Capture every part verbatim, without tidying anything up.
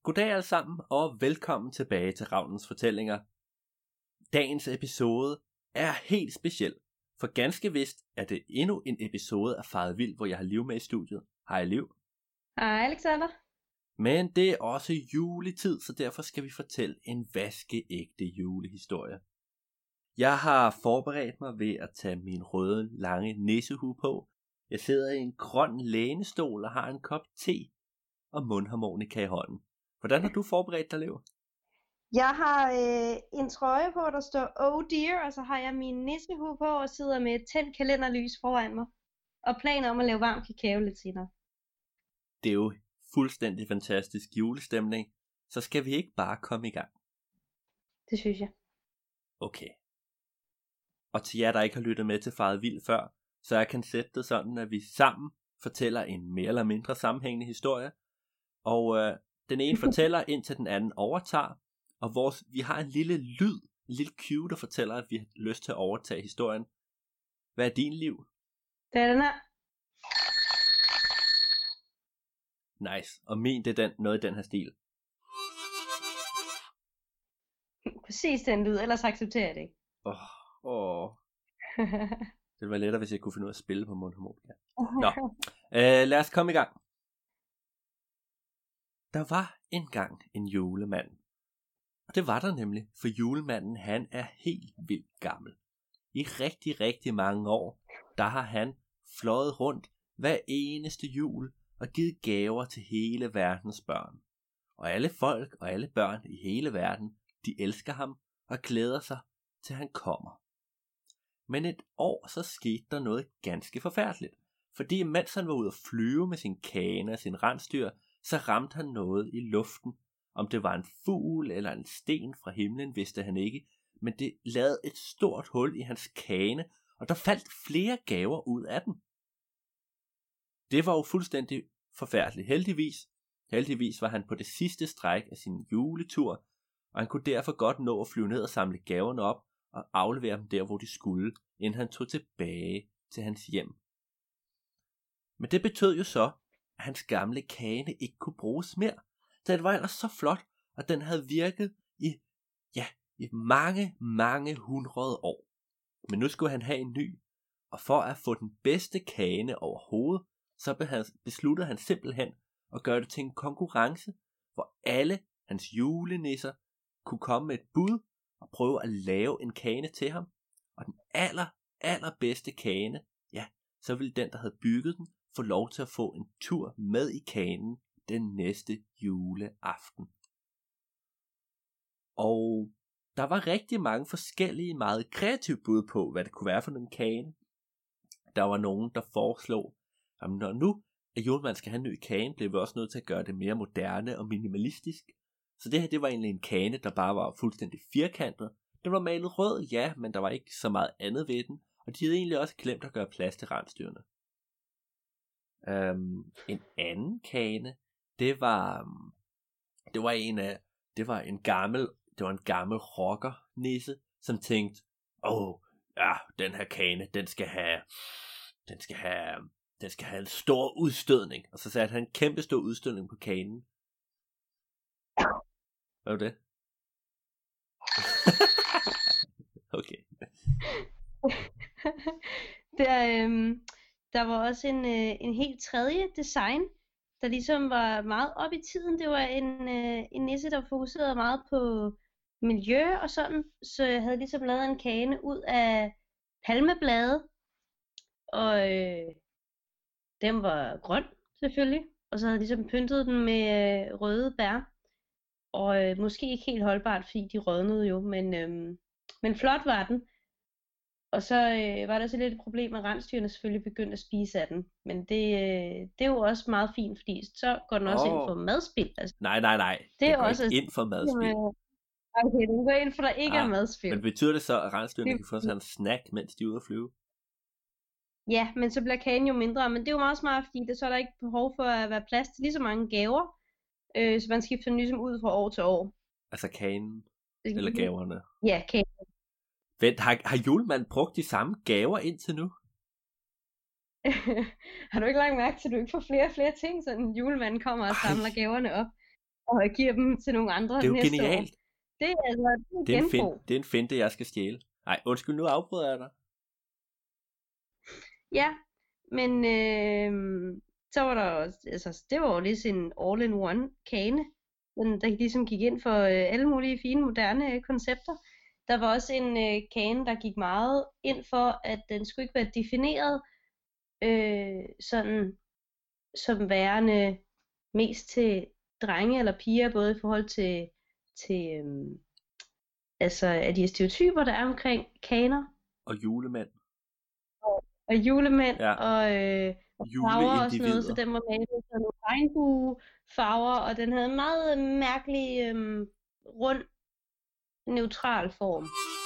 Goddag alle sammen, og velkommen tilbage til Ravnens Fortællinger. Dagens episode er helt speciel, for ganske vist er det endnu en episode af Faret Vild, hvor jeg har Liv med i studiet. Hej Liv. Hej Alexander. Men det er også juletid, så derfor skal vi fortælle en vaskeægte julehistorie. Jeg har forberedt mig ved at tage min røde, lange nissehue på. Jeg sidder i en grøn lænestol og har en kop te og mundharmonika i hånden. Hvordan har du forberedt dig, Liv? Jeg har øh, en trøje på, der står Oh dear, og så har jeg min nissehue på og sidder med et tændt kalenderlys foran mig. Og planer om at lave varm kakao lidt senere. Det er jo fuldstændig fantastisk julestemning, så skal vi ikke bare komme i gang? Det synes jeg. Okay. Og til jer, der ikke har lyttet med til Faret Vild før, så er konceptet sådan, at vi sammen fortæller en mere eller mindre sammenhængende historie. Og øh, den ene fortæller, indtil den anden overtager. Og vores, vi har en lille lyd, en lille cue, der fortæller, at vi har lyst til at overtage historien. Hvad er din Liv? Det er den her. Nice. Og min, det er den, noget i den her stil. Præcis den lyd, ellers accepterer jeg det ikke. Åh, oh, oh. Det ville være lettere, hvis jeg kunne finde ud af at spille på mundharmonika. Nå, øh, lad os komme i gang. Der var engang en julemand. Og det var der nemlig, for julemanden han er helt vildt gammel. I rigtig, rigtig mange år, der har han fløjet rundt hver eneste jul og givet gaver til hele verdens børn. Og alle folk og alle børn i hele verden, de elsker ham og glæder sig til han kommer. Men et år så skete der noget ganske forfærdeligt. Fordi mens han var ude at flyve med sin kane og sin rensdyr, så ramte han noget i luften. Om det var en fugl eller en sten fra himlen, vidste han ikke, men det lavede et stort hul i hans kane, og der faldt flere gaver ud af den. Det var jo fuldstændig forfærdeligt. Heldigvis, heldigvis var han på det sidste stræk af sin juletur, og han kunne derfor godt nå at flyve ned og samle gaverne op og aflevere dem der, hvor de skulle, inden han tog tilbage til hans hjem. Men det betød jo så, at hans gamle kane ikke kunne bruges mere. Den var ellers så flot, og den havde virket i, ja, i mange, mange hundrede år. Men nu skulle han have en ny, og for at få den bedste kane overhovedet, så besluttede han simpelthen at gøre det til en konkurrence, hvor alle hans julenisser kunne komme med et bud og prøve at lave en kane til ham. Og den aller, allerbedste kane, ja, så ville den, der havde bygget den, få lov til at få en tur med i kanen den næste juleaften. Og der var rigtig mange forskellige, meget kreative bud på, hvad det kunne være for en kane. Der var nogen, der foreslog, at når nu at julemanden skal have en ny kane, bliver vi også nødt til at gøre det mere moderne og minimalistisk. Så det her, det var egentlig en kane, der bare var fuldstændig firkantet. Den var malet rød, ja, men der var ikke så meget andet ved den. Og de havde egentlig også glemt at gøre plads til rensdyrene. Um, en anden kane, det var, det var en af, det var en gammel, det var en gammel rocker nisse, som tænkte, åh, oh, ja, den her kane, den skal have, den skal have, den skal have en stor udstødning. Og så satte han en kæmpe stor udstødning på kanen. Hvad var det? Okay. Der, øhm, der var også en, øh, en helt tredje design, der ligesom var meget op i tiden. Det var en, øh, en nisse, der fokuserede meget på miljø og sådan. Så jeg havde ligesom lavet en kane ud af palmeblade. Og øh, den var grøn selvfølgelig. Og så havde jeg ligesom pyntet den med øh, røde bær. Og øh, måske ikke helt holdbart, fordi de rødnede jo. Men, øh, men flot var den. Og så øh, var der så lidt et problem, at rensdyrene selvfølgelig begyndte at spise af den. Men det, øh, det er jo også meget fint, fordi så går den også oh. ind for madspil. Altså, nej, nej, nej. Det den er går også ikke ind for madspil. Okay, den går ind for, der ikke ah, er madspil. Men betyder det så, at rensdyrene kan få sådan en snack, mens de er ude at flyve? Ja, men så bliver kagen jo mindre. Men det er jo meget smart, fordi der så er der ikke behov for at være plads til lige så mange gaver. Øh, så man skifter den ligesom ud fra år til år. Altså kagen? Eller gaverne? Ja, kagen. Vent, har, har julemanden brugt de samme gaver indtil nu? Har du ikke lagt mærke til, at du ikke får flere og flere ting, så julemanden kommer og Ej. samler gaverne op? og giver dem til nogle andre Det er jo næste genialt. år. Det er altså det er Det er, en genbrug. fin, det er en finte, jeg skal stjæle. Nej, undskyld, nu afbryder jeg dig. Ja, men øh, så var der også, altså det var jo lige sådan en all-in-one kane, den, der ligesom gik ind for øh, alle mulige fine, moderne øh, koncepter. Der var også en øh, kane, der gik meget ind for, at den skulle ikke være defineret øh, sådan som værende mest til drenge eller piger, både i forhold til, til øh, altså af de stereotyper, der er omkring kaner Og julemænd. og julemænd Ja. og, øh, og farver og sådan noget, så Juleindivider. den var malet i sådan nogle regnbuefarver, og den havde en meget øh, mærkelig, øh, rund, neutral form.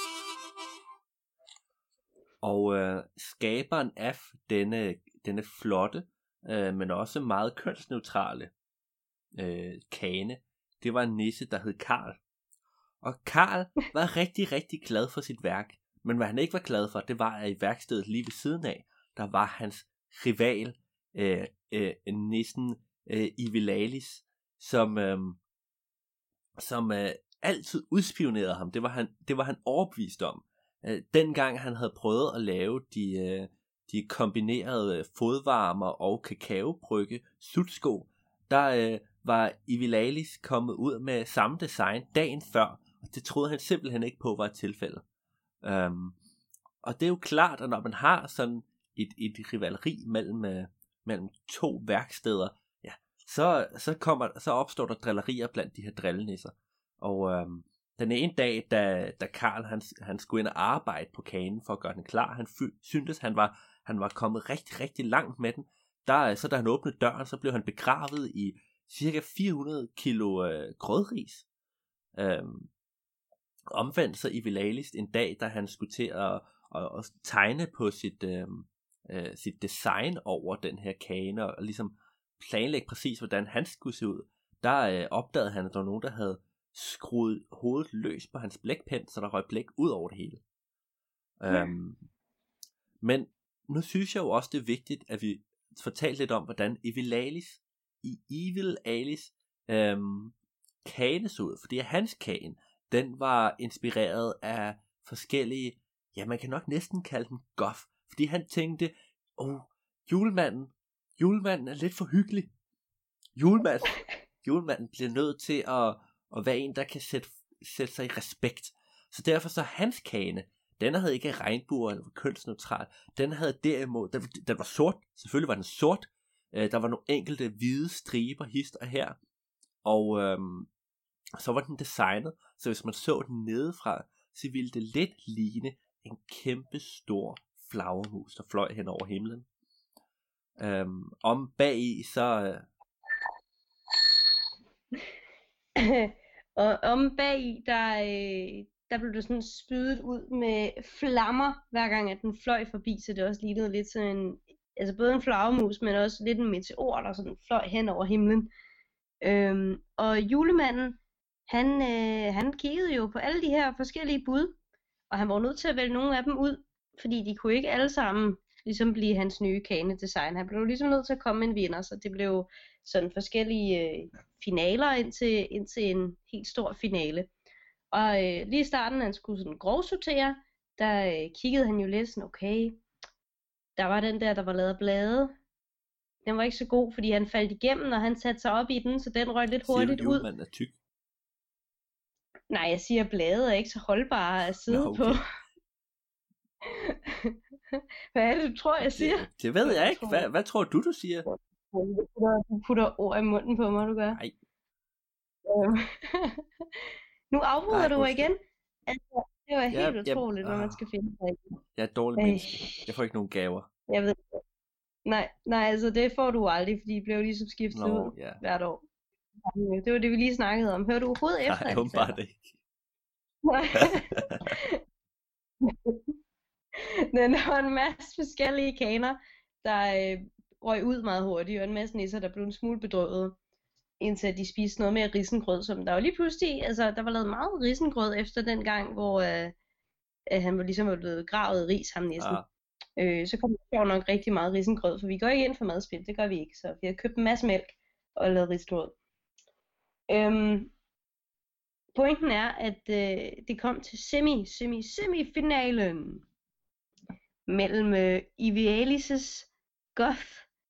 Og øh, skaberen af denne, denne flotte, øh, men også meget kønsneutrale øh, kane, det var en nisse, der hed Karl. Og Karl var rigtig, rigtig glad for sit værk. Men hvad han ikke var glad for, det var, at i værkstedet lige ved siden af, der var hans rival, øh, øh, nissen øh, Ivelalis, som, øh, som øh, altid udspionerede ham. Det var han, det var han overbevist om. Øh, dengang han havde prøvet at lave de, øh, de kombinerede fodvarmer og kakaobrygge sutsko, der øh, var Ivelalis kommet ud med samme design dagen før, og det troede han simpelthen ikke på var et tilfælde. Um, og det er jo klart, at når man har sådan et, et rivaleri mellem, øh, mellem to værksteder, ja, så, så, kommer, så opstår der drillerier blandt de her drillenisser. Og øhm, den ene dag, da, da Karl han, han skulle ind og arbejde på kanen for at gøre den klar, han fy, syntes, han var, han var kommet rigtig, rigtig langt med den. Der, så da han åbnede døren, så blev han begravet i cirka fire hundrede kilo øh, grødris. Øhm, omvendt så Ivelalis en dag, da han skulle til at, at, at tegne på sit, øh, øh, sit design over den her kane, og, og ligesom planlægge præcis, hvordan han skulle se ud, der øh, opdagede han, at der var nogen, der havde skruet hovedet løs på hans blækpen, så der røg blæk ud over det hele. Ja. Øhm, men nu synes jeg jo også, det er vigtigt, at vi fortalte lidt om, hvordan Ivelalis i Evil Alice øhm, kane så ud, fordi hans kane, den var inspireret af forskellige, ja, man kan nok næsten kalde den goth, fordi han tænkte, åh, oh, julemanden, julemanden er lidt for hyggelig. Julemanden, julemanden bliver nødt til at, at være en, der kan sætte, sætte sig i respekt. Så derfor så hans kane, den havde ikke regnbuer eller kønsneutral. Den havde derimod, den, den var sort, selvfølgelig var den sort. Øh, der var nogle enkelte hvide striber hist og her. Og øhm, så var den designet, så hvis man så den nedefra, så ville det lidt ligne en kæmpe stor flagermus, der fløj hen over himlen. Øhm, om bag i så... Øh... og om bag i, der, øh, der blev det sådan spydet ud med flammer, hver gang at den fløj forbi, så det også lignede lidt sådan en, altså både en flagermus, men også lidt en meteor, der sådan fløj hen over himlen. Øhm, og julemanden, han, øh, han kiggede jo på alle de her forskellige bud, og han var nødt til at vælge nogle af dem ud, fordi de kunne ikke alle sammen ligesom blive hans nye kanedesign. Han blev ligesom nødt til at komme med en vinder, så det blev sådan forskellige øh, finaler indtil, indtil en helt stor finale. Og øh, lige i starten, han skulle sådan grovsortere, der øh, kiggede han jo lidt sådan, okay, der var den der, der var lavet af blade. Den var ikke så god, fordi han faldt igennem, og han satte sig op i den, så den røg lidt hurtigt ud. Siger du, julemanden er tyk? Nej, jeg siger, at blade er ikke så holdbare at sidde Nå, okay. på. Hvad er det, du tror, jeg siger? Det, det ved jeg ikke. Hvad, hvad tror du, du siger? Du putter, du putter ord i munden på mig, du gør. Nej. Øhm. Nu afbryder Nej, du mig undskyld. igen. Altså, det var Ja, helt ja, utroligt, hvad man ah. skal finde sig i. Jeg er et dårligt Øh. menneske. Jeg får ikke nogen gaver. Jeg ved ikke. Nej, nej, altså det får du aldrig, fordi det bliver jo ligesom skiftet Nå, ud ja. hvert år. Det var det, vi lige snakkede om. Hører du overhovedet efter? Nej, åbenbart ikke. Nej. Men der var en masse forskellige kaner, der øh, røg ud meget hurtigt, og en masse nisser, der blev en smule bedrøvet, indtil de spiste noget mere risengrød, som der var lige pludselig, altså der var lavet meget risengrød efter den gang, hvor øh, øh, han var ligesom var blevet gravet i ris, ham nissen. Ah. Øh, så kom der jo nok rigtig meget risengrød, for vi går ikke ind for madspil, det gør vi ikke, så vi har købt en masse mælk og lavet risengrød. Øhm, pointen er, at øh, det kom til semi, semi, semifinalen mellem øh, Ivialis' goth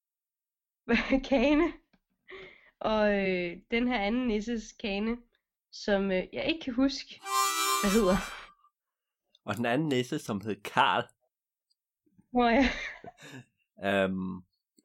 kane og øh, den her anden nisses kane, som øh, jeg ikke kan huske, hvad hedder. Og den anden nisse, som hed Karl. Nå ja. øhm,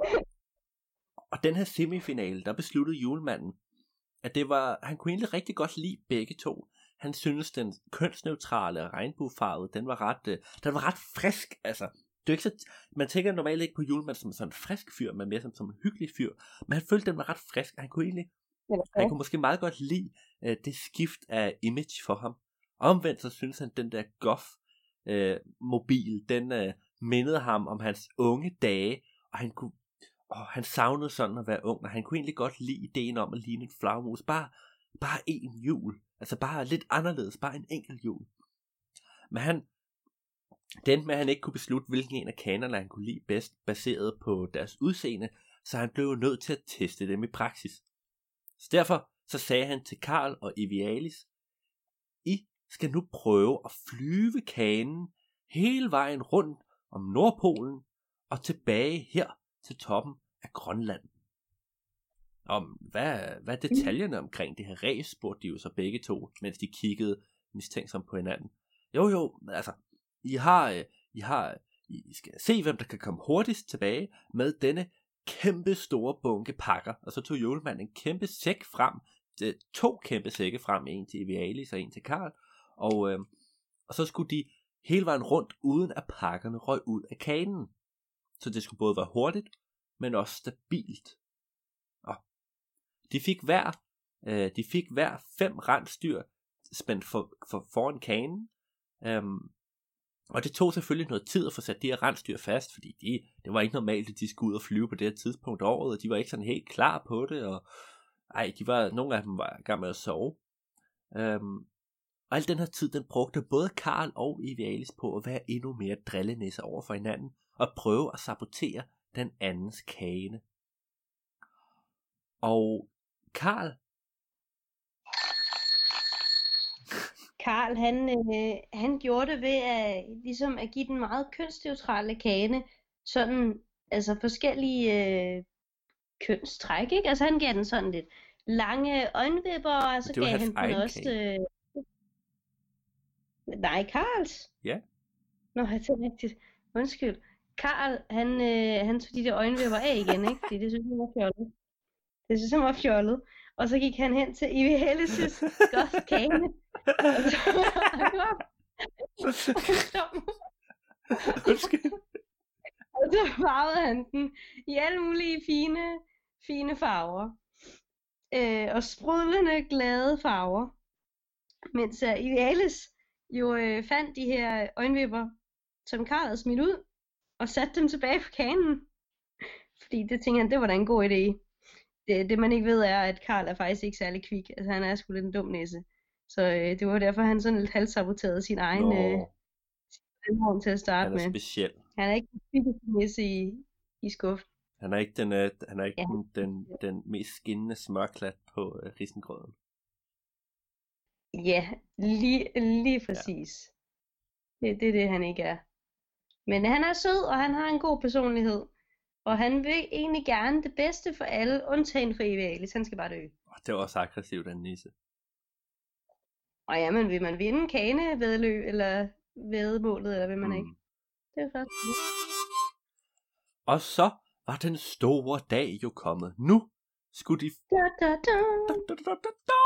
og den her semifinale, der besluttede julemanden, at det var, han kunne egentlig rigtig godt lide begge to. Han synes den kønsneutrale og regnbuefarvede, den var ret, øh, den var ret frisk, altså. Det er ikke så, man tænker normalt ikke på julemanden som sådan en frisk fyr, men mere som, som en hyggelig fyr. Men han følte, den var ret frisk, han kunne egentlig, han kunne måske meget godt lide øh, det skift af image for ham. Omvendt så synes han, den der goth øh, mobil, den øh, mindede ham om hans unge dage, og han kunne, åh, han savnede sådan at være ung, og han kunne egentlig godt lide ideen om at ligne en flagmus, bare, bare en jul, altså bare lidt anderledes, bare en enkelt jul. Men han, det endte med, at han ikke kunne beslutte, hvilken en af kanerne han kunne lide bedst, baseret på deres udseende, så han blev nødt til at teste dem i praksis. Så derfor så sagde han til Karl og Ivialis, I skal nu prøve at flyve kanen hele vejen rundt om Nordpolen og tilbage her til toppen af Grønland. Om hvad, hvad er detaljerne omkring det her ræs, spurgte de jo så begge to, mens de kiggede mistænksomt på hinanden. Jo jo, altså, I har, I har, I skal se, hvem der kan komme hurtigst tilbage med denne kæmpe store bunke pakker. Og så tog julemanden en kæmpe sæk frem, to kæmpe sække frem, en til Ivialis og en til Karl, og, øh, og så skulle de hele vejen rundt, uden at pakkerne røg ud af kanen. Så det skulle både være hurtigt, men også stabilt. Og de fik hver, øh, de fik hver fem rensdyr spændt for, for, foran kanen, øhm, og det tog selvfølgelig noget tid at få sat de her rensdyr fast, fordi de, det var ikke normalt, at de skulle ud og flyve på det her tidspunkt af året, og de var ikke sådan helt klar på det, og ej, de var, nogle af dem var i gang med at sove. Øhm, og al den her tid, den brugte både Karl og Ivialis på at være endnu mere drillenæsser over for hinanden, og prøve at sabotere den andens kane. Og Karl, Karl, han, øh, han gjorde det ved at, ligesom at give den meget kønsneutrale kane sådan, altså forskellige øh, kønstræk, ikke? Altså han gav den sådan lidt lange øjenvipper, og så gav han den også... Øh... Nej, Karls? Ja. Nå, det er rigtigt. Undskyld. Karl, han, øh, han tog de der øjenvipper af igen, ikke? Fordi det synes han var fjollet. Det synes han var fjollet. Og så gik han hen til Ivialis' goth kane. Og så, og så farvede han den i alle mulige fine, fine farver. Øh, og sprudlende, glade farver. Mens uh, Ivialis jo øh, fandt de her øjenvipper, som Karl havde smidt ud, og satte dem tilbage på kanen. Fordi det tænkte han, det var da en god idé. Det, det man ikke ved er, at Karl er faktisk ikke særlig kvik. Altså han er sgu lidt en dum næse. Så øh, det var derfor, han sådan lidt halvsaboterede sin egen øh, sin til at starte med. Han er med. Speciel. Han er ikke den kvikkeste næse i, i skuffen. Han er ikke den, øh, han er ikke ja. den, den, den mest skinnende smørklat på øh, risengrøden. Ja, lige, lige præcis. Ja. Det, det er det, han ikke er. Men han er sød, og han har en god personlighed. Og han vil egentlig gerne det bedste for alle, undtagen for Ivialis. Han skal bare dø. Det var også aggressivt, den nisse. Og ja, men vil man vinde kanevæddeløb, eller væddemålet, eller vil man mm. ikke? Det er først. Og så var den store dag jo kommet. Nu skulle de... Da, da, da. Da, da, da, da, da.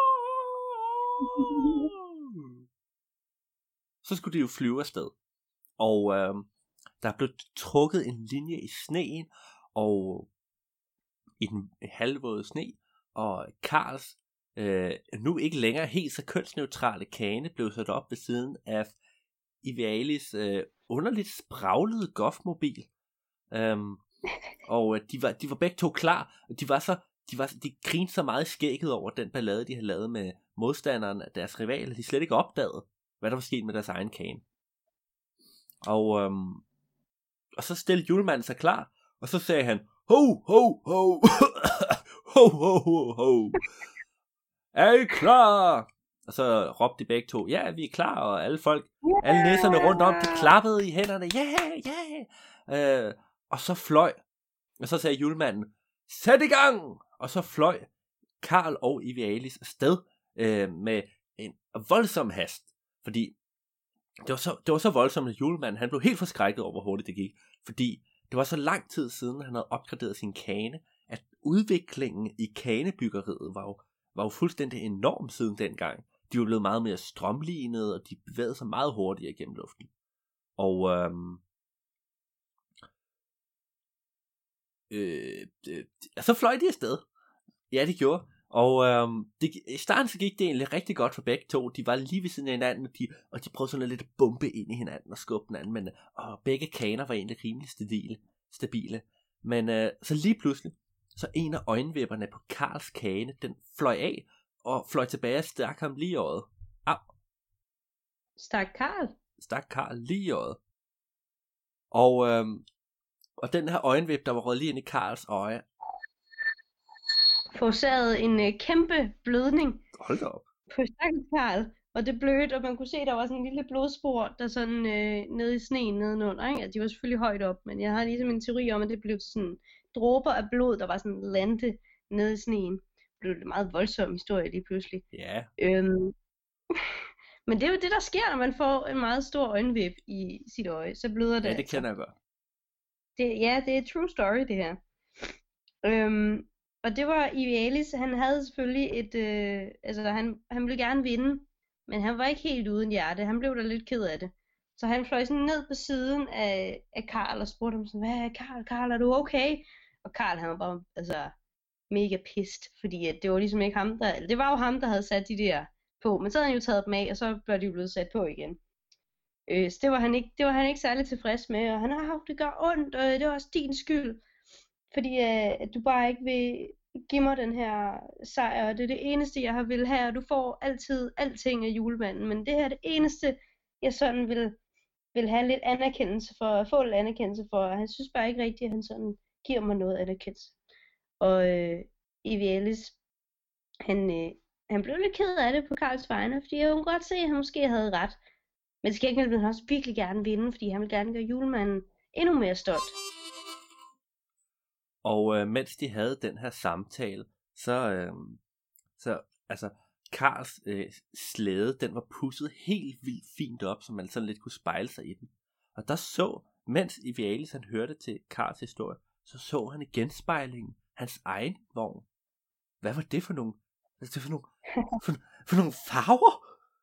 Så skulle de jo flyve afsted. Og øh, der blev trukket en linje i sneen, og i den halvvåde sne, og Karls øh, nu ikke længere helt så kønsneutrale kane blev sat op ved siden af Ivialis øh, underligt spraglede golfmobil. Øhm, og de var, de var begge to klar, og de var så, de, var, de grinede så meget skægget over den ballade, de havde lavet med modstanderen af deres rivaler, de slet ikke opdagede, hvad der var sket med deres egen kane. Og, øhm, og så stillede julemanden sig klar, og så sagde han, ho, ho, ho, ho, ho, ho, ho. er I klar? Og så råbte de begge to, ja, vi er klar, og alle folk, alle nisserne rundt om, de klappede i hænderne, ja, yeah, ja, yeah. øh, og så fløj, og så sagde julemanden, sæt i gang! Og så fløj Karl og Evialis afsted øh, med en voldsom hast, fordi det var, så, det var så voldsomt, at julemanden, han blev helt forskrækket over, hvor hurtigt det gik, fordi det var så lang tid siden, han havde opgraderet sin kane, at udviklingen i kanebyggeriet var jo, var jo fuldstændig enorm siden dengang. De var blevet meget mere strømlinede, og de bevægede sig meget hurtigere gennem luften. Og øhm, øh, øh, så fløj de afsted. Ja, det gjorde. Og øhm, det, i starten så gik det egentlig rigtig godt for begge to. De var lige ved siden af hinanden, og de, og de prøvede sådan lidt at bombe ind i hinanden og skubbe hinanden. Men, og begge kaner var egentlig rimelig stabile. stabile. Men øh, så lige pludselig, så en af øjenvipperne på Karls kane, den fløj af, og fløj tilbage og stak ham lige i øjet. Au. Stak Karl? Stak Karl lige i øjet. Og, øhm, og den her øjenvip, der var røget lige ind i Karls øje, forårsagede en øh, kæmpe blødning. Hold da op. På stakkels Karl. Og det blødte, og man kunne se, der var sådan en lille blodspor, der sådan øh, nede i sneen nedenunder. Ikke? Altså, de var selvfølgelig højt op, men jeg har ligesom en teori om, at det blev sådan dråber af blod, der var sådan lande nede i sneen. Det blev en meget voldsom historie lige pludselig. Ja. Øhm, men det er jo det, der sker, når man får en meget stor øjenvip i sit øje. Så bløder det. Ja, det altså. kender jeg godt. Det, ja, det er true story, det her. Øhm, og det var Evialis, han havde selvfølgelig et, øh, altså han, han ville gerne vinde, men han var ikke helt uden hjerte, han blev da lidt ked af det. Så han fløj sådan ned på siden af, af Karl og spurgte ham sådan, hvad Karl, Karl, er du okay? Og Karl, han var bare, altså, mega pissed, fordi at det var ligesom ikke ham, der, eller det var jo ham, der havde sat de der på, men så havde han jo taget dem af, og så blev de jo blevet sat på igen. Øh, så det var, han ikke, det var han ikke særlig tilfreds med, og han har det gør ondt, og det var også din skyld, fordi øh, at du bare ikke vil give mig den her sejr, og det er det eneste, jeg har vil have, og du får altid alting af julemanden, men det her er det eneste, jeg sådan vil, vil have lidt anerkendelse for, få lidt anerkendelse for, og han synes bare ikke rigtigt, at han sådan giver mig noget anerkendelse. Og øh, Evialis, han, øh, han blev lidt ked af det på Karls vegne, fordi jeg kunne godt se, at han måske havde ret, men til gengæld ville han også virkelig gerne vinde, fordi han ville gerne gøre julemanden endnu mere stolt. Og øh, mens de havde den her samtale, så, øh, så altså, Karls øh, slæde, den var pudset helt vildt fint op, så man sådan lidt kunne spejle sig i den. Og der så, mens Evialis han hørte til Karls historie, så så han i genspejlingen hans egen vogn. Hvad var det for nogle, hvad var det for nogle, for, for nogle farver?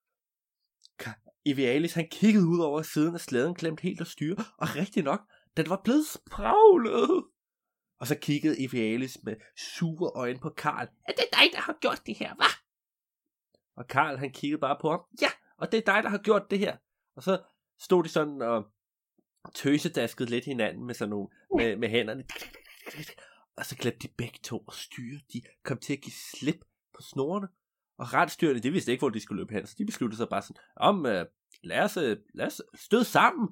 Evialis han kiggede ud over siden af slæden, klemt helt at styre, og rigtig nok, den var blevet spraglet. Og så kiggede Evialis med sure øjne på Karl. Er det dig, der har gjort det her, hva? Og Karl han kiggede bare på ham. Ja, og det er dig, der har gjort det her. Og så stod de sådan og tøsedaskede lidt hinanden med sådan nogle, med, med hænderne. Og så glemte de begge to at styre. De kom til at give slip på snorene. Og rensdyrene, de vidste ikke, hvor de skulle løbe hen. Så de besluttede sig bare sådan, om uh, lad, os, uh, lad os støde sammen.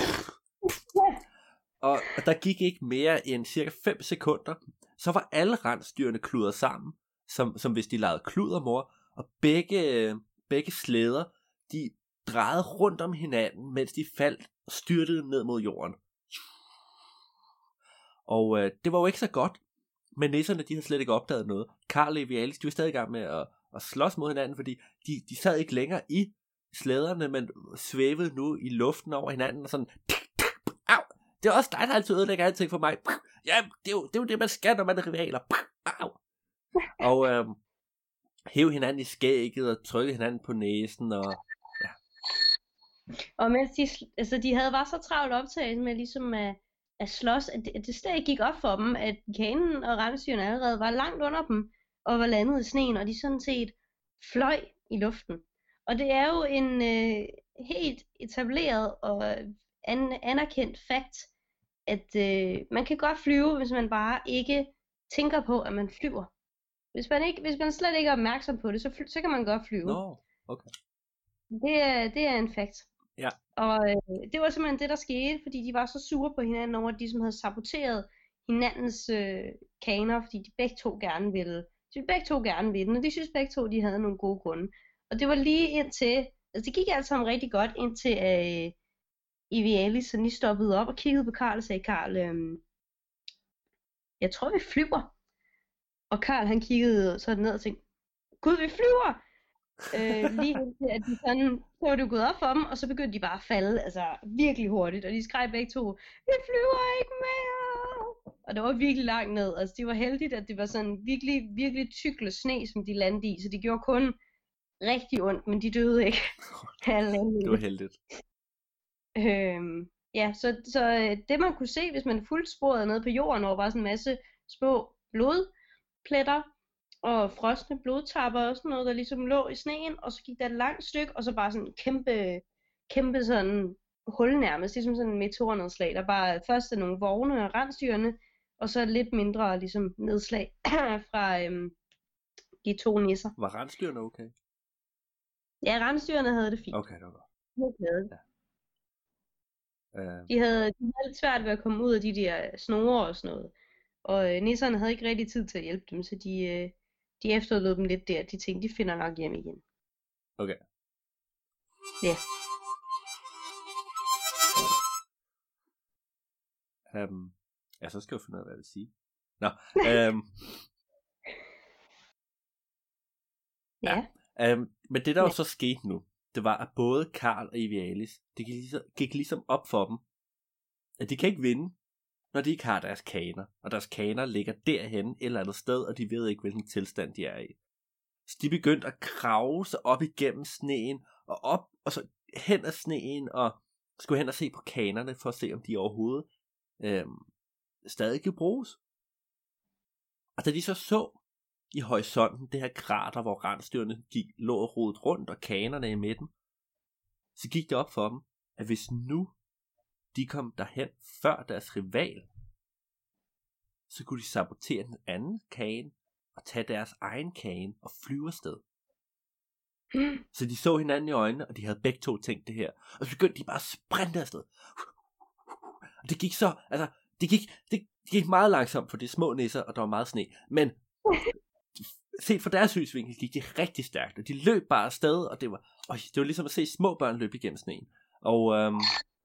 Og der gik ikke mere end cirka fem sekunder, så var alle rensdyrene kludret sammen, som, som hvis de legede kludermor, og begge, begge slæder, de drejede rundt om hinanden, mens de faldt og styrtede ned mod jorden. Og øh, det var jo ikke så godt, men nisserne, de havde slet ikke opdaget noget. Karl og Evialis, de var stadig i gang med at, at slås mod hinanden, fordi de, de sad ikke længere i slæderne, men svævede nu i luften over hinanden, og sådan, au! Det er også dig, der altid ødelægger alting for mig. Ja, det er jo det, er jo det man skal, når man er rivaler. Au. Og øhm, hæv hinanden i skægget og trykke hinanden på næsen. Og, ja. Og mens de, altså de havde bare så travlt optaget med ligesom at, at slås, at det, at det stadig gik op for dem, at kanen og rensdyrene allerede var langt under dem, og var landet i sneen, og de sådan set fløj i luften. Og det er jo en øh, helt etableret og an, anerkendt fakt, at øh, man kan godt flyve, hvis man bare ikke tænker på, at man flyver. Hvis man, ikke, hvis man slet ikke er opmærksom på det, så, fly, så kan man godt flyve. Nå, okay. Det er, det er en fakt. Ja. Og øh, det var simpelthen det, der skete, fordi de var så sure på hinanden over, at de som havde saboteret hinandens øh, kaner, fordi de begge to gerne ville de ville begge to gerne vinde, og de synes begge to, de havde nogle gode grunde. Og det var lige indtil, altså det gik alt sammen rigtig godt, indtil øh, Evialis sådan lige stoppede op og kiggede på Karl og sagde, Karl, øh, jeg tror vi flyver. Og Karl han kiggede sådan ned og tænkte, gud vi flyver! øh, lige indtil at de sådan, så var det jo gået op for dem, og så begyndte de bare at falde, altså virkelig hurtigt, og de skreg begge to, vi flyver ikke mere! Og det var virkelig langt ned, altså det var heldigt, at det var sådan virkelig, virkelig tykle sne, som de landede i, så det gjorde kun rigtig ondt, men de døde ikke. Det var heldigt. Øhm, ja, så, så det man kunne se, hvis man fulgte sporet nede på jorden, var bare sådan en masse små blodpletter, og frosne blodtapper og sådan noget, der ligesom lå i sneen, og så gik der et langt stykke, og så bare sådan en kæmpe, kæmpe sådan hul nærmest, ligesom sådan en meteornedslag, der bare først er nogle vogne og rensdyrene, og så lidt mindre ligesom nedslag fra øhm, de to nisser. Var rensdyrene okay? Ja, rensdyrene havde det fint. Okay, det var godt. Helt glade. Ja. Uh... De, havde, de havde lidt svært ved at komme ud af de der snore og sådan noget, og øh, nisserne havde ikke rigtig tid til at hjælpe dem, så de... Øh, De efterlod dem lidt der. De tænkte, de finder nok hjem igen. Okay. Ja. Um, ja, så skal jeg finde ud af, hvad jeg vil sige. Nå. Um, ja. ja. Um, men det der ja. jo så skete nu, det var, at både Karl og Evialis, det gik ligesom, gik ligesom op for dem, at de kan ikke vinde, når de ikke har deres kaner, og deres kaner ligger derhen et eller andet sted, og de ved ikke, hvilken tilstand de er i. Så de begyndte at krave sig op igennem sneen, og op, og så hen ad sneen, og skulle hen og se på kanerne, for at se, om de overhovedet øhm, stadig kan bruges. Og da de så så i horisonten det her krater, hvor rensdyrene gik, lå og rodet rundt, og kanerne i midten, så gik det op for dem, at hvis nu de kom derhen før deres rival, så kunne de sabotere den anden kane, og tage deres egen kane, og flyve afsted. Mm. Så de så hinanden i øjnene, og de havde begge to tænkt det her, og så begyndte de bare at sprinte afsted. Og det gik så, altså, det gik, det gik meget langsomt, for det er små nisser, og der var meget sne, men set fra deres synsvinkel gik det rigtig stærkt, og de løb bare afsted, og det var, øj, det var ligesom at se små børn løbe igennem sneen. Og øhm,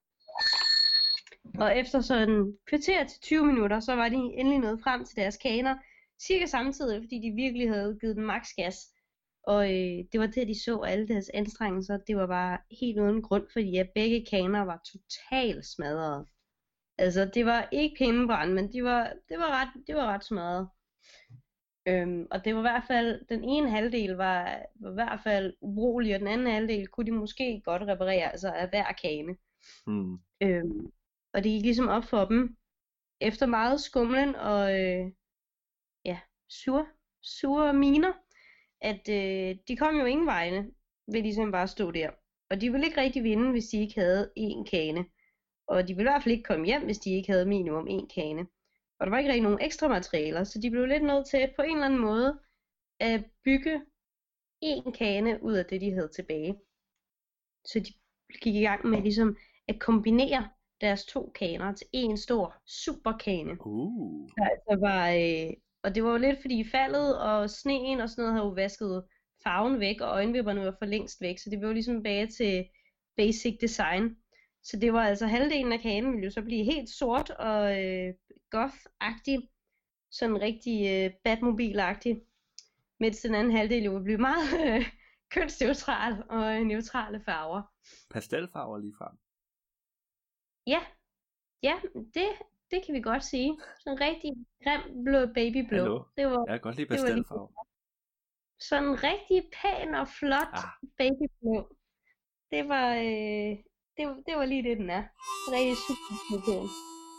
Og efter sådan kvarter til tyve minutter, så var de endelig nået frem til deres kaner, cirka samtidig, fordi de virkelig havde givet dem maks gas. Og øh, det var det, de så alle deres anstrengelser. Det var bare helt uden grund, fordi at begge kaner var totalt smadrede. Altså, det var ikke pindebrand, men de var, det, var ret, det var ret smadret. Øhm, og det var i hvert fald, den ene halvdel var, var i hvert fald ubrugelig, og den anden halvdel kunne de måske godt reparere, altså af hver kane. hmm. Øhm, og det gik ligesom op for dem, efter meget skumlen og øh, ja, sur, sure miner, at øh, de kom jo ingen vegne ved ligesom bare stå der. Og de ville ikke rigtig vinde, hvis de ikke havde én kane. Og de ville i hvert fald ikke komme hjem, hvis de ikke havde minimum én kane. Og der var ikke rigtig nogen ekstra materialer, så de blev lidt nødt til på en eller anden måde at bygge én kane ud af det, de havde tilbage. Så de gik i gang med ligesom at kombinere deres to kaner til en stor superkane. Uh. Der altså var, øh, og det var jo lidt fordi faldet og sneen og sådan noget havde jo vasket farven væk, og øjenvipperne var for længst væk, så det blev ligesom tilbage til basic design. Så det var altså halvdelen af kanen ville jo så blive helt sort og øh, goth-agtig, sådan rigtig øh, Batmobil-agtig, mens den anden halvdel jo ville blive meget øh, kønsneutral og neutrale farver. Pastelfarver lige frem. Ja, ja, det, det kan vi godt sige. Sådan en rigtig grim blå babyblå. Hallo. Det var, jeg kan godt lide pastelfarver. Sådan en rigtig pæn og flot ah. babyblå. Det var, øh, det, det var lige det, den er. Rigtig super.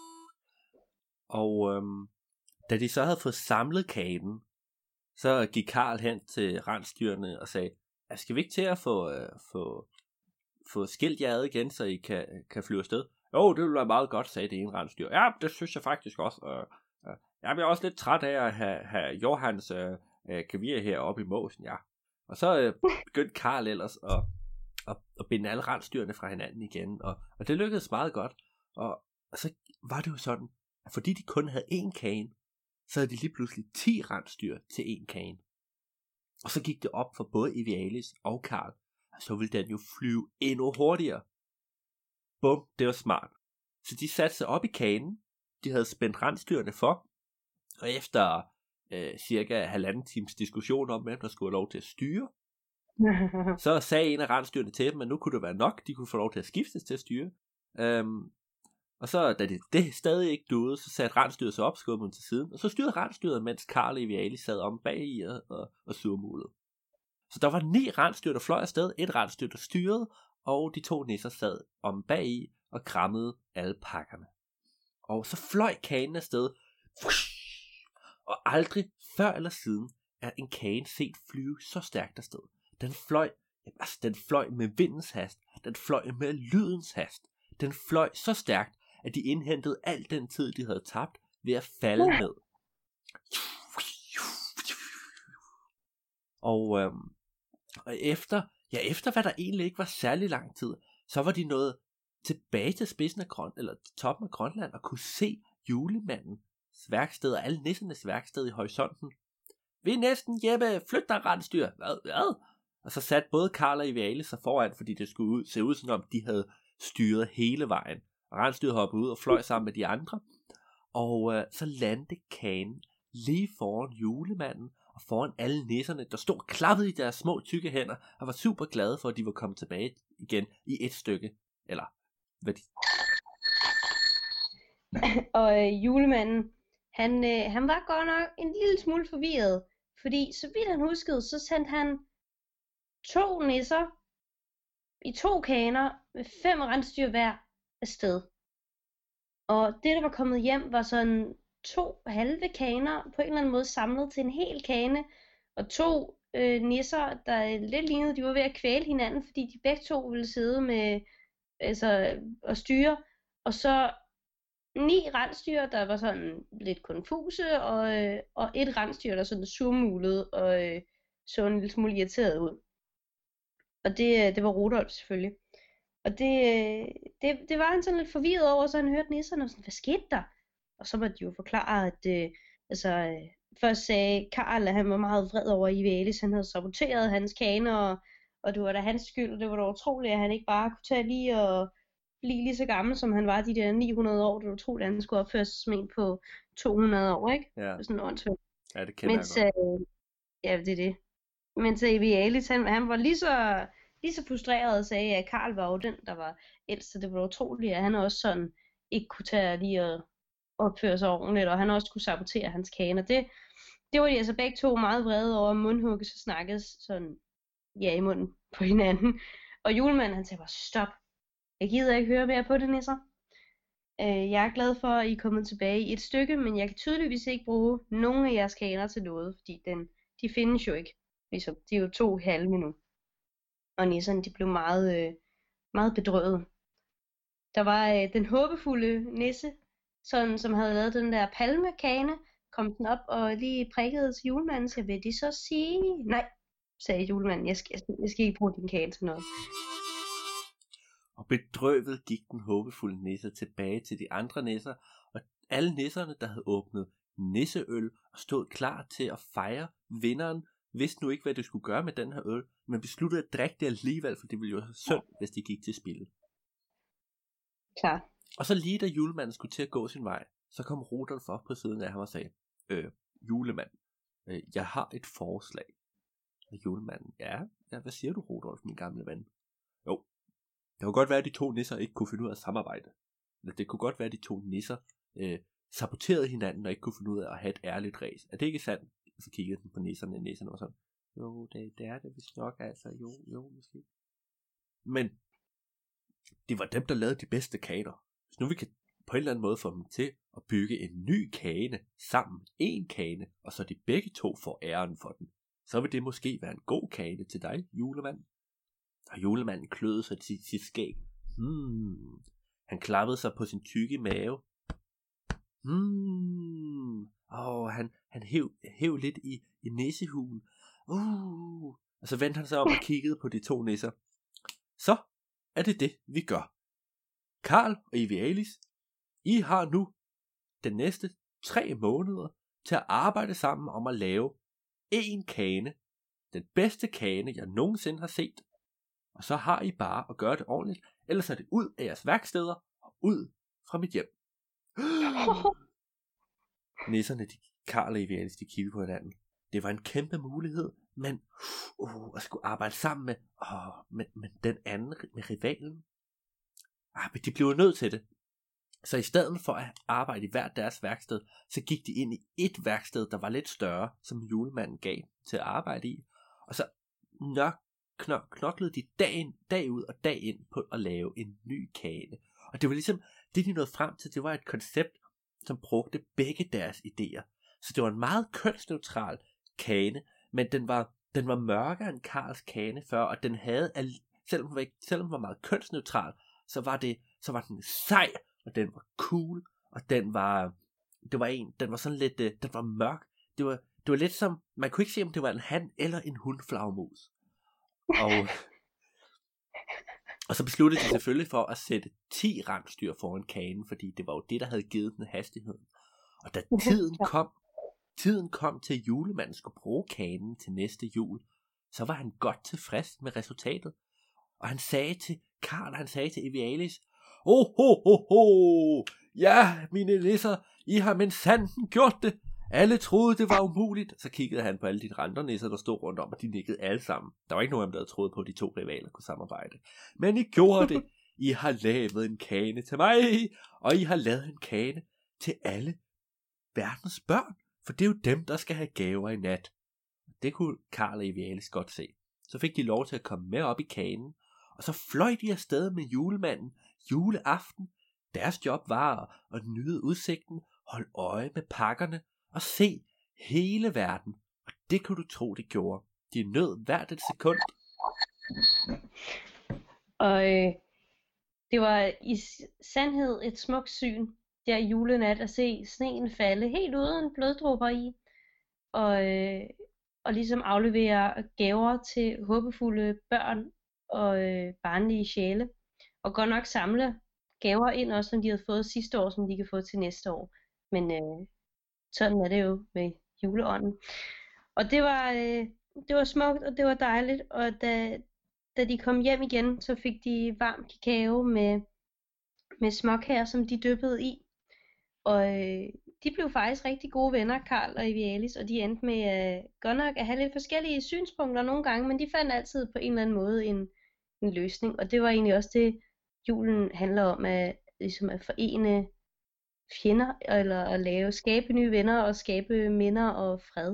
Og øhm, da de så havde fået samlet kagen, så gik Karl hen til rensdyrene og sagde, skal vi ikke til at få, øh, få, få skilt jer ad igen, så I kan, kan flyve afsted? Jo, det ville være meget godt, sagde det ene rensdyr. Ja, det synes jeg faktisk også. Øh, øh, jeg bliver også lidt træt af at have, have Johans øh, øh, kavir heroppe i måsen, ja. Og så øh, begyndte Karl ellers at, at, at binde alle rensdyrene fra hinanden igen, og, og det lykkedes meget godt. Og, og så var det jo sådan, at fordi de kun havde én kane, så havde de lige pludselig ti rensdyr til en kane. Og så gik det op for både Evialis og Karl, og så ville den jo flyve endnu hurtigere. Bum, det var smart. Så de satte sig op i kanen, de havde spændt rensdyrene for, og efter øh, cirka halvanden times diskussion om, hvem der skulle have lov til at styre, så sagde en af rensdyrene til dem, at nu kunne det være nok, de kunne få lov til at skiftes til at styre. Øhm, og så, da det, det stadig ikke duede, så satte rensdyret sig op, skubbede dem til siden, og så styrede rensdyret, mens Karl og Evialis sad om bag i og, og, og surmulede. Så der var ni rensdyr, der fløj afsted, et rensdyr, der styrede, og de to nisser sad om bag i og krammede alle pakkerne. Og så fløj kanen afsted, og aldrig før eller siden er en kane set flyve så stærkt afsted. Den fløj, altså den fløj med vindens hast, den fløj med lydens hast. Den fløj så stærkt, at de indhentede al den tid, de havde tabt ved at falde ned. Og, øhm, og efter, ja, efter hvad der egentlig ikke var særlig lang tid, så var de nået tilbage til spidsen af Grøn, eller toppen af Grønland, og kunne se julemandens værksted og alle nissernes værksted i horisonten. Vi er næsten hjemme, flyt dig, rensdyr. Hvad, hvad? Og så satte både Karl og Evialis sig foran, fordi det skulle ud, se ud, som om de havde styret hele vejen. Og rensdyret hoppede ud og fløj sammen med de andre. Og øh, så landede kanen lige foran julemanden, og foran alle nisserne, der stod klappet i deres små tykke hænder, og var super glade for, at de var kommet tilbage igen i et stykke. Eller, hvad de... Og øh, julemanden, han, øh, han var godt nok en lille smule forvirret, fordi så vidt han huskede, så sendte han to nisser i to kaner med fem rensdyr hver afsted. Og det, der var kommet hjem, var sådan to halve kaner på en eller anden måde samlet til en hel kane, og to øh, nisser, der lidt lignede, de var ved at kvæle hinanden, fordi de begge to ville sidde med altså, og styre, og så ni rensdyr, der var sådan lidt konfuse, og, øh, og et rensdyr, der sådan surmulede og øh, så en lille smule irriteret ud. Og det, det var Rudolf selvfølgelig. Og det, det, det var han sådan lidt forvirret over, så han hørte nisserne og sådan, hvad skete der? Og så måtte de jo forklare, at øh, altså, øh, først sagde Karl, at han var meget vred over Evialis, han havde saboteret hans kane, og, og det var da hans skyld, og det var da utroligt, at han ikke bare kunne tage lige og blive lige så gammel, som han var de der ni hundrede år. Det var utroligt, at han skulle opføre sig som en på to hundrede år, ikke? Ja. Det sådan åndssvagt. Ja, det kender Mens, jeg godt. Øh, ja, det er det. Mens Evialis, han, han var lige så, lige så frustreret og sagde, at Karl var jo den, der var ældst, så det var utroligt, at han også sådan ikke kunne tage lige at opføre sig ordentligt, og han også kunne sabotere hans kane. Det, det var de altså begge to meget vrede over, mundhugges og snakkes sådan, ja, i munden på hinanden. Og julemanden, han sagde bare, stop. Jeg gider ikke høre mere på det, nisser. Øh, jeg er glad for, at I er kommet tilbage i et stykke, men jeg kan tydeligvis ikke bruge nogen af jeres kaner til noget, fordi den, de findes jo ikke. Ligesom, de er jo to halve nu. Og nisserne, de blev meget, øh, meget bedrøvet. Der var øh, den håbefulde nisse, sådan, som havde lavet den der palmekane, kom den op og lige prikkede til julemanden, så vil de så sige, nej, sagde julemanden, jeg skal, jeg skal ikke bruge din kane til noget. Og bedrøvet gik den håbefulde nisse tilbage til de andre nisser, og alle nisserne, der havde åbnet nisseøl og stod klar til at fejre vinderen, vidste nu ikke, hvad de skulle gøre med den her øl, men besluttede at drikke det alligevel, for det ville jo have synd, hvis de gik til spilde. Klar. Og så lige da julemanden skulle til at gå sin vej, så kom Rudolf op på siden af ham og sagde, øh, julemand, øh, jeg har et forslag. Og julemanden, ja, ja, hvad siger du, Rudolf, min gamle ven? Jo, det kunne godt være, at de to nisser ikke kunne finde ud af at samarbejde. Eller det kunne godt være, at de to nisser øh, saboterede hinanden og ikke kunne finde ud af at have et ærligt ræs. Er det ikke sandt? Og så kiggede den på nisserne, og nisserne var sådan, jo, det, det er det vist nok, altså, jo, jo, måske. Men det var dem, der lavede de bedste kaner. Hvis nu vi kan på en eller anden måde få dem til at bygge en ny kane sammen, en kane, og så de begge to får æren for den, så vil det måske være en god kane til dig, julemand. Og julemanden kløede sig til sit skæg. Hmm. Han klappede sig på sin tykke mave. Hmm. Og han, han hæv, hæv lidt i, i nissehuen. Uh. Og så vendte han sig om og kiggede på de to nisser. Så er det det, vi gør. Karl og Evialis, I har nu den næste tre måneder til at arbejde sammen om at lave en kane. Den bedste kane, jeg nogensinde har set. Og så har I bare at gøre det ordentligt, ellers er det ud af jeres værksteder og ud fra mit hjem. Nisserne, de, Karl og Evialis, de kiggede på hinanden. Det var en kæmpe mulighed, men uh, at skulle arbejde sammen med, uh, med, med den anden, med rivalen. Ah, men de blev nødt til det. Så i stedet for at arbejde i hver deres værksted, så gik de ind i et værksted, der var lidt større, som julemanden gav til at arbejde i. Og så nok, knok, knoklede de dag, ind, dag ud og dag ind på at lave en ny kane. Og det var ligesom, det de nåede frem til, det var et koncept, som brugte begge deres idéer. Så det var en meget kønsneutral kane, men den var, den var mørkere end Karls kane før, og den havde, selvom den var, selvom den var meget kønsneutral, så var, det, så var den sej, og den var cool, og den var, det var en, den var sådan lidt, den var mørk. Det var, det var lidt som, man kunne ikke se, om det var en han eller en hundflagmus. Og, og så besluttede de selvfølgelig for at sætte ti rensdyr foran kanen, fordi det var jo det, der havde givet den hastigheden. Og da tiden kom, tiden kom til, at julemanden skulle bruge kanen til næste jul, så var han godt tilfreds med resultatet. Og han sagde til Karl, han sagde til Evialis, oh, ho, ho, ho, ja, mine nisser, I har men sanden gjort det. Alle troede, det var umuligt. Så kiggede han på alle de andre nisser, der stod rundt om, og de nikkede alle sammen. Der var ikke nogen af dem, der havde troet på, at de to rivaler kunne samarbejde. Men I gjorde det. I har lavet en kane til mig, og I har lavet en kane til alle verdens børn. For det er jo dem, der skal have gaver i nat. Det kunne Karl og Evialis godt se. Så fik de lov til at komme med op i kanen, og så fløj de afsted med julemanden juleaften. Deres job var at, at nyde udsigten, holde øje med pakkerne og se hele verden. Og det kunne du tro, det gjorde. De nød hvert et sekund. Og øh, det var i sandhed et smukt syn, der i julenat at se sneen falde helt uden bloddråber i. Og, øh, og ligesom aflevere gaver til håbefulde børn og øh, barnlige sjæle. Og godt nok samle gaver ind også, som de havde fået sidste år, som de kan få til næste år. Men øh, sådan er det jo med juleånden. Og det var, øh, det var smukt, og det var dejligt. Og da, da de kom hjem igen, så fik de varm kakao med, med småkager, som de dyppede i. Og øh, de blev faktisk rigtig gode venner, Karl og Evialis, og de endte med øh, godt nok at have lidt forskellige synspunkter nogle gange, men de fandt altid på en eller anden måde en, en løsning. Og det var egentlig også det, julen handler om, at, ligesom at forene fjender, eller at lave, skabe nye venner, og skabe minder og fred.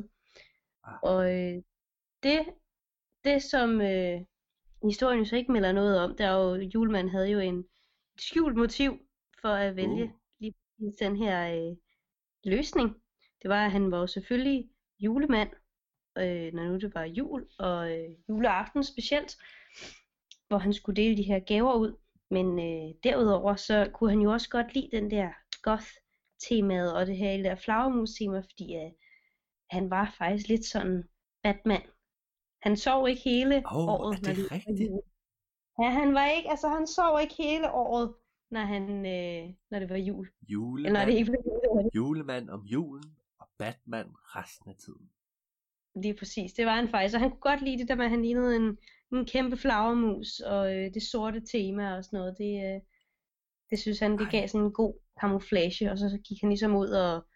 Og øh, det, det som øh, historien jo så ikke melder noget om, der er jo, julemanden havde jo en et skjult motiv for at vælge uh. lige den her øh, løsning. Det var, at han var jo selvfølgelig julemand, øh, når nu det var jul, og øh, juleaften specielt, hvor han skulle dele de her gaver ud. Men øh, derudover, så kunne han jo også godt lide den der goth-temaet, og det her der flagermus-tema, fordi øh, han var faktisk lidt sådan Batman. Han sov ikke hele oh, året. Er det når rigtigt? Ja, han var ikke, altså han sov ikke hele året, når han, øh, når det var jul. Julemand, Eller, det ikke var julemand om julen, og Batman resten af tiden. Lige præcis, det var han faktisk, og han kunne godt lide det, da man han lignede en, en kæmpe flagermus, og øh, det sorte tema og sådan noget, det, øh, det synes han, det gav sådan en god camouflage, og så, så gik han ligesom ud og,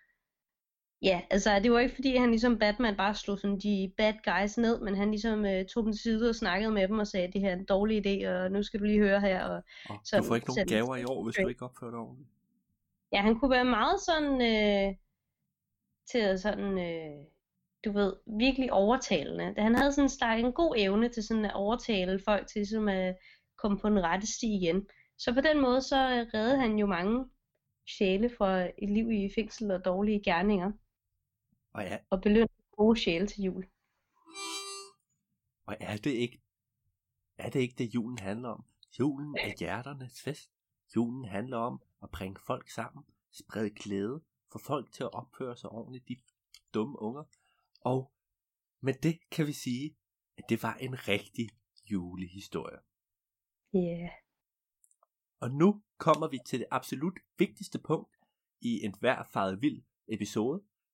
ja, altså det var ikke fordi han ligesom Batman bare slog sådan de bad guys ned, men han ligesom øh, tog dem til side og snakkede med dem og sagde, det her er en dårlig idé, og nu skal du lige høre her. Og og sådan, du får ikke nogen gaver i år, hvis du ikke opfører dig ordentligt. Ja, han kunne være meget sådan, øh, til at sådan, øh, du ved, virkelig overtalende. Han havde sådan en, en god evne til sådan at overtale folk til ligesom at komme på den rette sti igen. Så på den måde så reddede han jo mange sjæle fra et liv i fængsel og dårlige gerninger. Og, ja. og belønne gode sjæle til jul. Og er det ikke er det ikke det julen handler om? Julen er hjerternes fest. Julen handler om at bringe folk sammen, sprede glæde, få folk til at opføre sig ordentligt, de dumme unger. Og med det kan vi sige, at det var en rigtig julehistorie. Ja. Yeah. Og nu kommer vi til det absolut vigtigste punkt i en hver faret vild episode.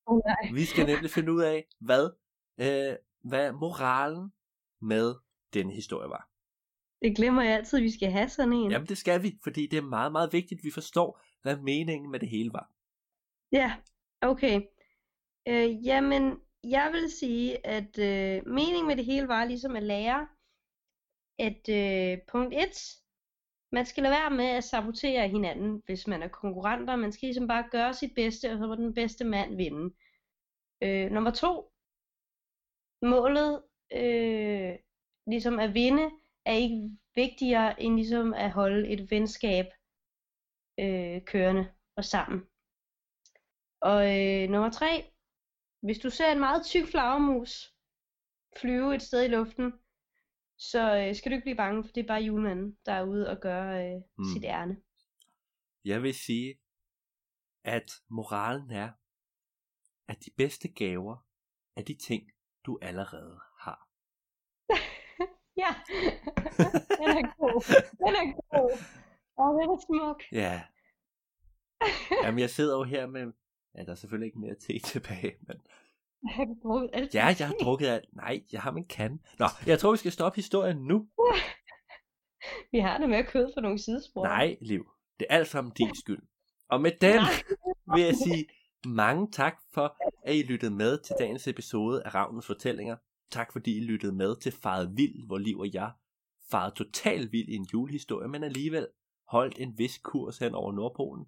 Oh, nej. Vi skal nemlig finde ud af, hvad, øh, hvad moralen med denne historie var. Det glemmer jeg altid, vi skal have sådan en. Jamen det skal vi, fordi det er meget, meget vigtigt, at vi forstår, hvad meningen med det hele var. Ja, okay. Øh, jamen, jeg vil sige, at øh, meningen med det hele var ligesom at lære, at øh, punkt et, man skal lade være med at sabotere hinanden, hvis man er konkurrenter. Man skal ligesom bare gøre sit bedste, og så må den bedste mand vinde. Øh, nummer to, målet øh, ligesom at vinde, er ikke vigtigere end ligesom at holde et venskab øh, kørende og sammen. Og øh, nummer tre, hvis du ser en meget tyk flagermus flyve et sted i luften, så øh, skal du ikke blive bange, for det er bare julemanden, der er ude og gøre øh, mm. sit ærne. Jeg vil sige, at moralen er, at de bedste gaver er de ting, du allerede har. Ja, den er god. Den er god. Og den er smuk. Ja. Jamen, jeg sidder jo her med... Ja, der er selvfølgelig ikke mere te tilbage, men... Har du drukket alt? Ja, jeg har drukket alt. Nej, jeg har min kande. Nå, jeg tror, vi skal stoppe historien nu. Vi har det med at køde for nogle sidespor. Nej, Liv. Det er alt sammen din skyld. Og med den vil jeg sige mange tak for, at I lyttede med til dagens episode af Ravnens Fortællinger. Tak fordi I lyttede med til Faret Vild, hvor Liv og jeg farede totalt vild i en julehistorie, men alligevel holdt en vis kurs hen over Nordpolen.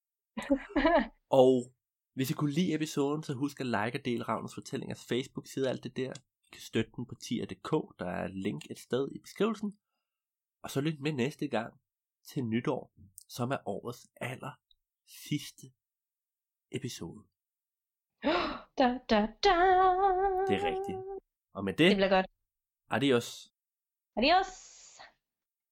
Og hvis I kunne lide episoden, så husk at like og dele Ravnens Fortællingers Facebook-side og alt det der. I kan støtte den på tier punktum d k, der er et link et sted i beskrivelsen. Og så lyt med næste gang til nytår, som er årets aller sidste episode. Da, da, da. Det er rigtigt. Og med det, Det bliver godt. adios. Adios.